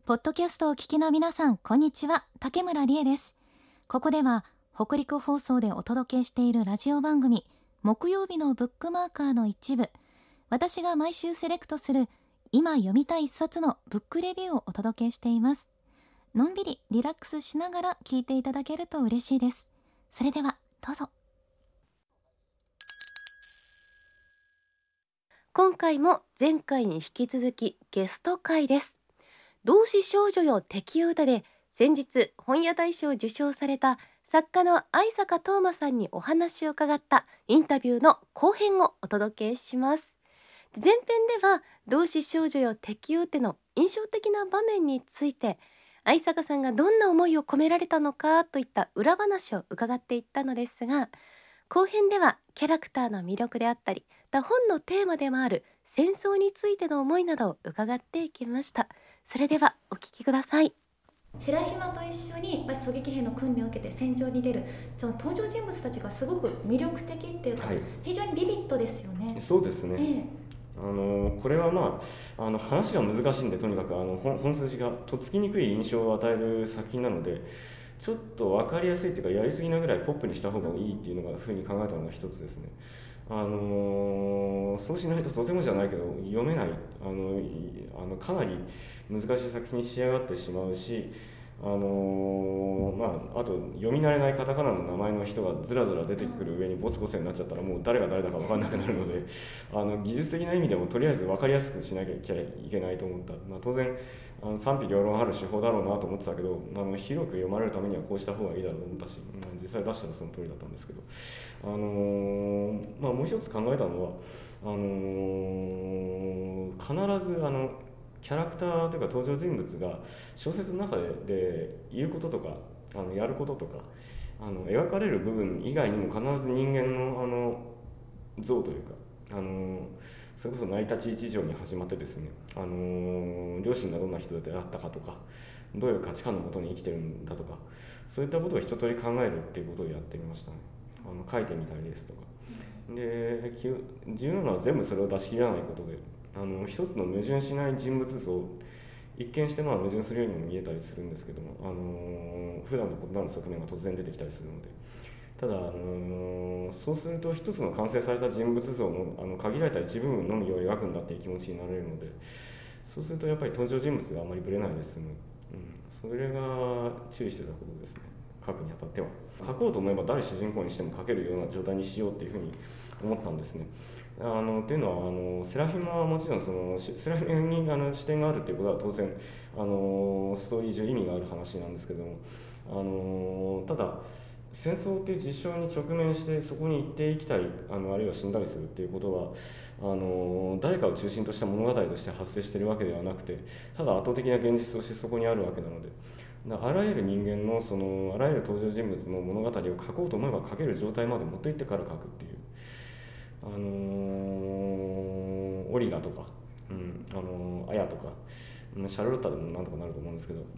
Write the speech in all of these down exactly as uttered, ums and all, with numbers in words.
ポッドキャストをお聞きの皆さん、こんにちは。竹村理恵です。ここでは北陸放送でお届けしているラジオ番組、木曜日のブックマーカーの一部、私が毎週セレクトする今読みたい一冊のブックレビューをお届けしています。のんびりリラックスしながら聞いていただけると嬉しいです。それではどうぞ。 今回も前回に引き続きゲスト会です。同志少女よ敵歌で先日本屋大賞を受賞された作家の相坂冬馬さんにお話を伺ったインタビューの後編をお届けします。前編では同志少女よ敵歌の印象的な場面について、相坂さんがどんな思いを込められたのかといった裏話を伺っていったのですが、後編ではキャラクターの魅力であったり、本のテーマでもある戦争についての思いなどを伺っていきました。それではお聞きください。 セラフィマと一緒に狙撃兵の訓練を受けて戦場に出るその登場人物たちがすごく魅力的っていうか、はい、非常にビビッドですよね。 そうですね、えーあのこれは、まあ、あの話が難しいんで、とにかくあの 本, 本筋がとっつきにくい印象を与える作品なので、ちょっと分かりやすいっていうか、やりすぎなぐらいポップにした方がいいっていうのがふうに考えたのが一つですね。あのそうしないととてもじゃないけど読めない、あのあのかなり難しい作品に仕上がってしまうし、あのまあ、あと読み慣れないカタカナの名前の人がずらずら出てくる上にボツボツになっちゃったら、もう誰が誰だか分かんなくなるので、あの技術的な意味でもとりあえず分かりやすくしなきゃいけないと思った。まあ、当然あの賛否両論ある手法だろうなと思ってたけど、あの広く読まれるためにはこうした方がいいだろうと思ったし、まあ、実際出したらその通りだったんですけど、あのーまあ、もう一つ考えたのは、あのー、必ずあのキャラクターというか登場人物が小説の中 で, で言うこととかあのやることとかあの描かれる部分以外にも必ず人間 の, あの像というか、あのそれこそ成り立ち一条に始まってですね、あの両親がどんな人であったかとか、どういう価値観のもとに生きてるんだとか、そういったことを一通り考えるっていうことをやってみましたね。あの書いてみたりですとかで、重要なのは全部それを出し切らないことで、あの一つの矛盾しない人物像、一見してまあ矛盾するようにも見えたりするんですけども、あの普段の異なる側面が突然出てきたりするので、ただ、あのそうすると一つの完成された人物像のあの限られた一部分のみを描くんだっていう気持ちになれるので、そうするとやっぱり登場人物があまりぶれないで済む、うん、それが注意してたことですね。書くにあたっては書こうと思えば誰主人公にしても書けるような状態にしようっていうふうに思ったんですね。あのっていうのはあのセラフィマはもちろんそのセラフィマにあの視点があるっていうことは当然あのストーリー上意味がある話なんですけども、あのただ戦争っていう実象に直面してそこに行っていきたい、あのあるいは死んだりするっていうことはあの誰かを中心とした物語として発生しているわけではなくて、ただ圧倒的な現実としてそこにあるわけなので、あらゆる人間 の, そのあらゆる登場人物の物語を書こうと思えば書ける状態まで持っていってから書くっていう、あのー、オリガとか、うん、あのー、アヤとかシャルロッタでもなんとかなると思うんですけど、うん、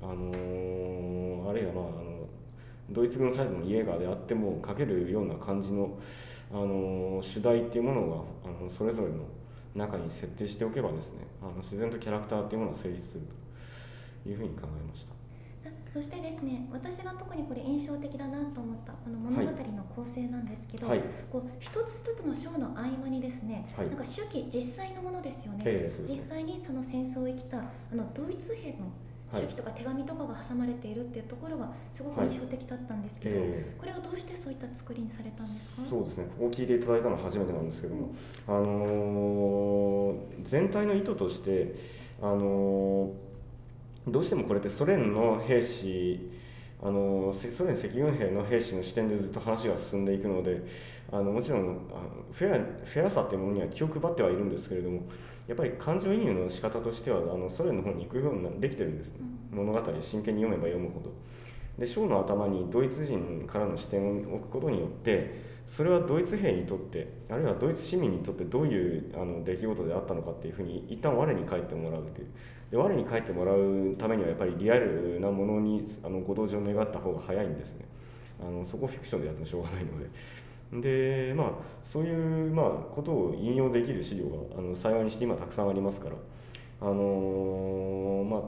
あのー、あるいは、まあ、あのドイツ軍サイドのイエーガーであっても書けるような感じの、あのー、主題っていうものがあのそれぞれの中に設定しておけばですね、あの自然とキャラクターっていうものが成立するというふうに考えました。 そしてですね、私が特にこれ印象的だなと思ったこの物語の構成なんですけど、はい、こう一つ一つの章の合間にですね、はい、なんか手記、実際のものですよね、えー、実際にその戦争を生きたあのドイツ兵の手記とか手紙とかが挟まれているっていうところがすごく印象的だったんですけど、はいえー、これはどうしてそういった作りにされたんですか？ そうですね、ここを聞いていただいたのは初めてなんですけども、うん、あのー、全体の意図として、あのーどうしてもこれってソ連の兵士、あのソ連赤軍兵の兵士の視点でずっと話が進んでいくので、あのもちろんあのフェア、フェアさっていうものには気を配ってはいるんですけれども、やっぱり感情移入の仕方としてはあのソ連の方に行くようにできてるんですね、物語を真剣に読めば読むほど。で章の頭にドイツ人からの視点を置くことによって、それはドイツ兵にとって、あるいはドイツ市民にとってどういうあの出来事であったのかっていうふうに一旦我に返ってもらうという。で我に返ってもらうためにはやっぱりリアルなものにあのご同情を願った方が早いんですね。あのそこをフィクションでやってもしょうがないので。でまあそういう、まあ、ことを引用できる資料があの幸いにして今たくさんありますから、あのーまあ、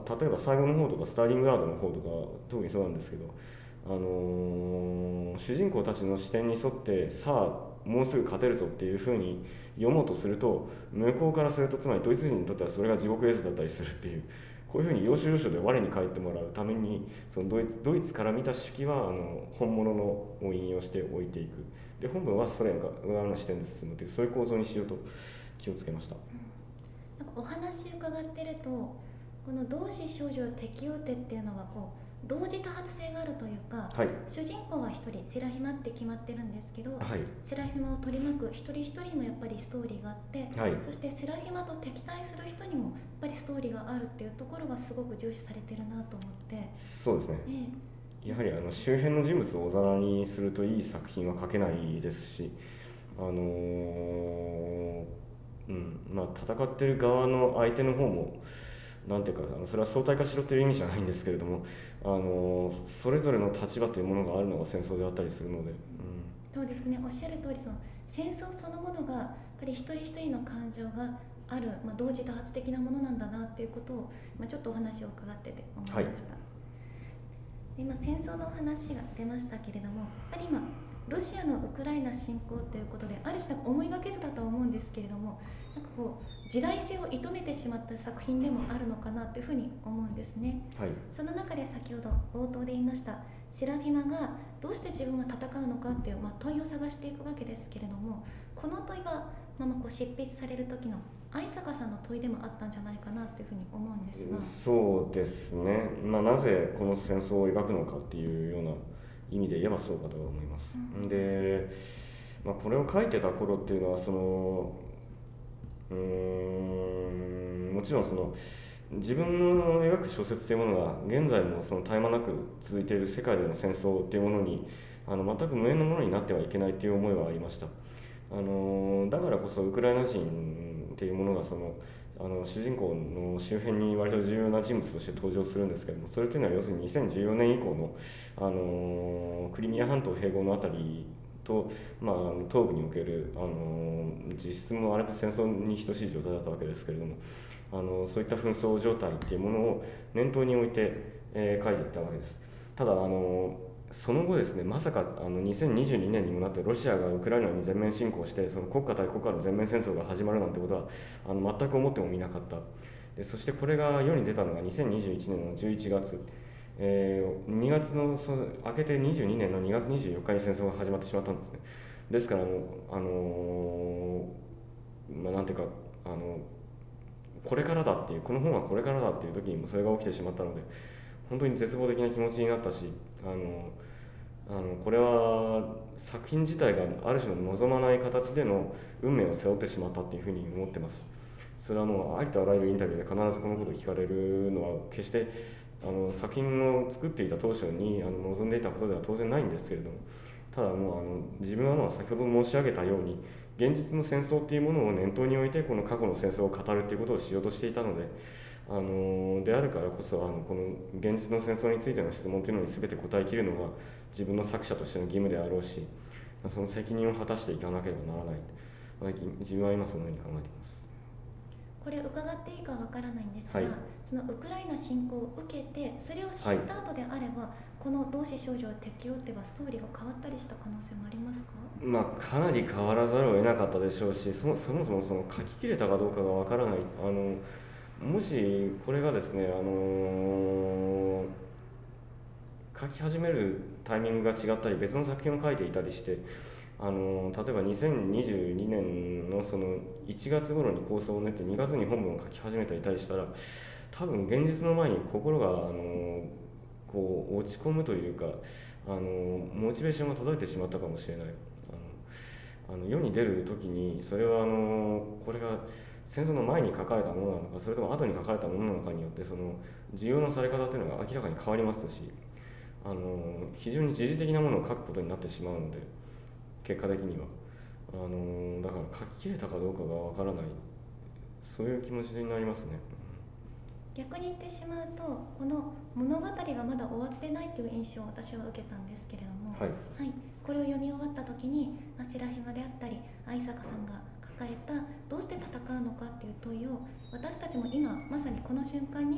あ、例えば最後の方とかスターリングラードの方とか特にそうなんですけど、あのー主人公たちの視点に沿ってさあもうすぐ勝てるぞっていうふうに読もうとすると、向こうからするとつまりドイツ人にとってはそれが地獄絵図だったりするっていう、こういうふうに要所要所で我に返ってもらうために、そのドイツドイツから見た手記はあの本物のを引用して置いていく、で本文はソ連側の視点で進むという、そういう構造にしようと気をつけました。 なんかお話伺ってると、この同志少女適応手っていうのはこう同時多発性があるというか、 はい、 主人公は一人セラフィマって決まってるんですけど、 はい、 セラフィマを取り巻く一人一人にもやっぱりストーリーがあって、 はい、 そしてセラフィマと敵対する人にもやっぱりストーリーがあるっていうところがすごく重視されてるなと思って。 そうですね、ええ、やはりあの周辺の人物をおざなりにするといい作品は書けないですし、あのーうんまあ、戦ってる側の相手の方もなんていうか、それは相対化しろという意味じゃないんですけれども、あのそれぞれの立場というものがあるのが戦争であったりするので、うん、 そうですね、おっしゃる通り、その戦争そのものがやっぱり一人一人の感情がある、まあ、同時多発的なものなんだなっていうことを、まあ、ちょっとお話を伺ってて思いました。はい、で今戦争の話が出ましたけれども、やっぱり今ロシアのウクライナ侵攻ということである種思いがけずだと思うんですけれども、なんかこう時代性を射止めてしまった作品でもあるのかなというふうに思うんですね。はい、その中で先ほど冒頭で言いましたセラフィマがどうして自分が戦うのかっていう、まあ、問いを探していくわけですけれども、この問いは、まあ、まあこう執筆される時の相坂さんの問いでもあったんじゃないかなというふうに思うんですが。 そうですね、まあ、なぜこの戦争を描くのかっていうような意味で言えばそうかと思います。うん、で、まあ、これを書いてた頃っていうのはそのうーんもちろんその自分の描く小説というものが現在もその絶え間なく続いている世界での戦争というものにあの全く無縁のものになってはいけないという思いはありました。あのだからこそウクライナ人っていうものがそのあの主人公の周辺に割と重要な人物として登場するんですけども、それというのは要するににせんじゅうよねん以降の、あのクリミア半島併合のあたりと、まあ、東部における、あの実質もあれは戦争に等しい状態だったわけですけれども、あのそういった紛争状態っていうものを念頭に置いて、えー、書いていったわけです。ただあのその後ですね、まさかあのにせんにじゅうにねんにもなってロシアがウクライナに全面侵攻してその国家対国家の全面戦争が始まるなんてことはあの全く思ってもみなかった。でそしてこれが世に出たのがにせんにじゅういちねんのじゅういちがつ、えー、にがつのその明けてにじゅうにねんのにがつにじゅうよっかに戦争が始まってしまったんですね。ですからもうあのー、まあなんていうかあのこれからだっていうこの本はこれからだっていう時にもそれが起きてしまったので、本当に絶望的な気持ちになったし、あのあのこれは作品自体がある種の望まない形での運命を背負ってしまったっていうふうに思ってます。それはもうありとあらゆるインタビューで必ずこのことを聞かれるのは決してあの作品を作っていた当初にあの望んでいたことでは当然ないんですけれども、ただもうあの自分はまあ先ほど申し上げたように現実の戦争っていうものを念頭に置いてこの過去の戦争を語るっていうことをしようとしていたので、あのであるからこそあのこの現実の戦争についての質問というのに全て答えきるのが自分の作者としての義務であろうし、その責任を果たしていかなければならない、まあ、自分は今そのように考えています。 これ伺っていいかわからないんですが、 はい、 そのウクライナ侵攻を受けてそれを知った後であれば、はい、この同志少女を適用ってはストーリーが変わったりした可能性もありますか？ まあ、かなり変わらざるを得なかったでしょうし、そもそもそもその書き切れたかどうかがわからない。あのもしこれがですね、あの書き始めるタイミングが違ったり別の作品を書いていたりして、あの例えばにせんにじゅうにねんのそのいちがつ頃に構想を練ってにがつに本文を書き始めていたりしたら、多分現実の前に心があのこう落ち込むというか、あのモチベーションが届いてしまったかもしれない。あのあの世に出る時にそれはあのこれが戦争の前に書かれたものなのかそれとも後に書かれたものなのかによってその需要のされ方というのが明らかに変わりますし、あの非常に時事的なものを書くことになってしまうので、結果的にはあのだから書き切れたかどうかがわからない、そういう気持ちになりますね。 逆に言ってしまうと、この物語がまだ終わってないという印象を私は受けたんですけれども、 はいはい、これを読み終わった時に、まあ、セラフィマであったり相坂さんが抱えたどうして戦うのかっていう問いを私たちも今まさにこの瞬間に考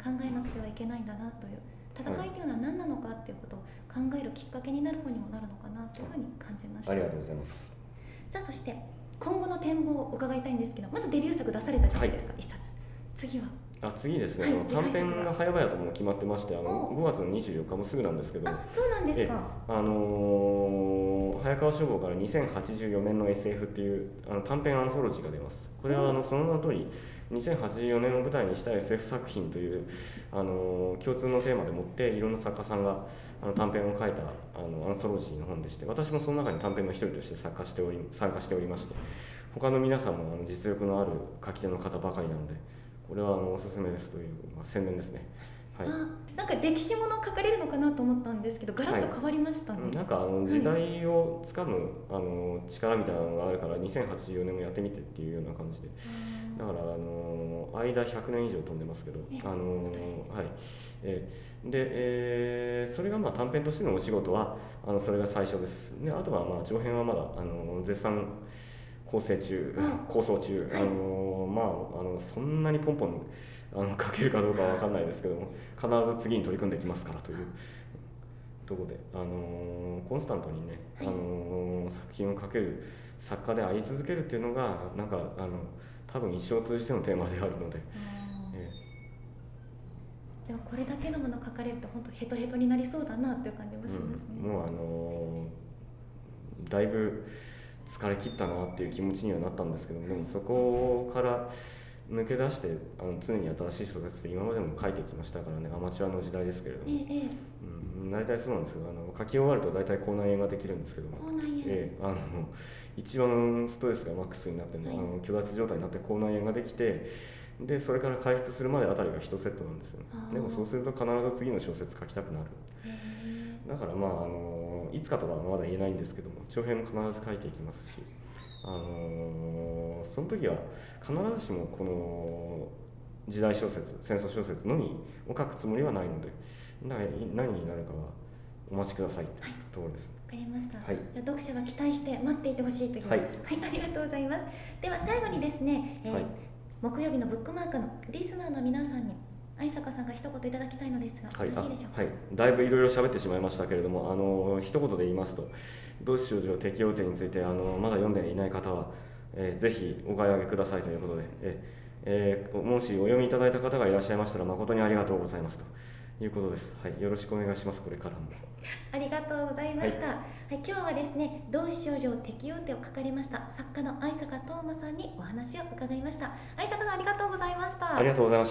考えなくてはいけないんだなという、戦いというのは何なのかっていうことを考えるきっかけになる本にもなるのかなというふうに感じました。 ありがとうございます。 さあそして今後の展望を伺いたいんですけど、まずデビュー作出されたじゃないですか、はい、一冊。次はあ次ですね、 はい、 あの短編が早々ともう決まってまして、あのごがつのにじゅうよっかもすぐなんですけど。 あ、そうなんですか。 あのー、早川書房からにせんはちじゅうよねんの エスエフ っていうあの短編アンソロジーが出ます。これはあのその名の通りにせんはちじゅうよねんを舞台にした エスエフ 作品という、あのー、共通のテーマでもっていろんな作家さんがあの短編を書いたあのアンソロジーの本でして、私もその中に短編の一人として参加しており参加しておりまして、他の皆さんもあの実力のある書き手の方ばかりなので、これはあのおすすめですという、まあ、宣伝ですね。はい、 あ、なんか歴史もの書かれるのかなと思ったんですけど、ガラッと変わりましたね。 はい、なんかあの時代をつかむ、あの力みたいなのがあるからにせんはちじゅうよねんもやってみてっていうような感じで、だからあの間ひゃくねん以上飛んでますけど、あのはい、えー、で、えー、それがまあ短編としてのお仕事はあのそれが最初です。であとはまあ長編はまだあの絶賛構成中、構想中、あのまああのそんなにポンポンあの書けるかどうかは分かんないですけども、必ず次に取り組んでいきますからというところで、あのコンスタントにね、あの作品を書ける作家であり続けるっていうのがなんかあの多分一生通じてのテーマであるので、ええ、でもこれだけのもの書かれると本当ヘトヘトになりそうだなっていう感じもしますね。 うん、もうあのだいぶ疲れ切ったなっていう気持ちにはなったんですけども、でもそこから抜け出してあの常に新しい小説って今までも書いてきましたからね、アマチュアの時代ですけれども、 ええ、 うん、大体そうなんですけど、あの書き終わると大体口内炎ができるんですけども、 口内炎、 ええ、あの一番ストレスがマックスになってね、はい、あの虚脱状態になって口内炎ができて、でそれから回復するまであたりがいちセットなんですよね。でもそうすると必ず次の小説書きたくなる。だからまあ、あのいつかとはまだ言えないんですけども、長編も必ず書いていきますし、あのその時は必ずしもこの時代小説、戦争小説のみを書くつもりはないので、何になるかはお待ちくださいというところです。 わかりました。 はい、 じゃあ読者は期待して待っていてほしいという、 はい、 はい、ありがとうございます。では最後にですね、えーはい、木曜日のブックマークのリスナーの皆さんに相坂さんが一言いただきたいのですが、はい、よろしいでしょうか。 はい、だいぶいろいろ喋ってしまいましたけれども、あの一言で言いますと、同志少女適用点についてあのまだ読んでいない方は、えー、ぜひお買い上げくださいということで、えーえー、もしお読みいただいた方がいらっしゃいましたら誠にありがとうございますということです。はい、よろしくお願いします。これからもありがとうございました。はい、はい、今日はですね、同志少女適用手を書かれました作家の相坂冬馬さんにお話を伺いました。相坂さん、ありがとうございました。 ありがとうございました。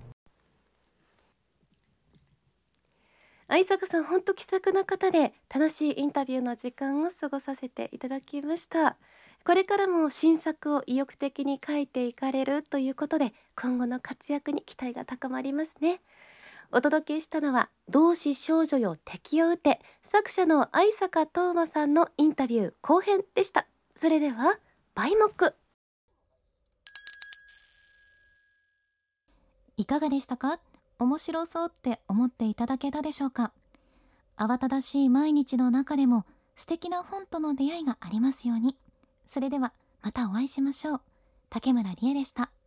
相坂さん、本当気さくな方で楽しいインタビューの時間を過ごさせていただきました。これからも新作を意欲的に書いていかれるということで、今後の活躍に期待が高まりますね。お届けしたのは同志少女よ敵を撃て、作者の相坂冬馬さんのインタビュー後編でした。それではバイモク。 いかがでしたか？面白そうって思っていただけたでしょうか？慌ただしい毎日の中でも素敵な本との出会いがありますように。それではまたお会いしましょう。竹村理恵でした。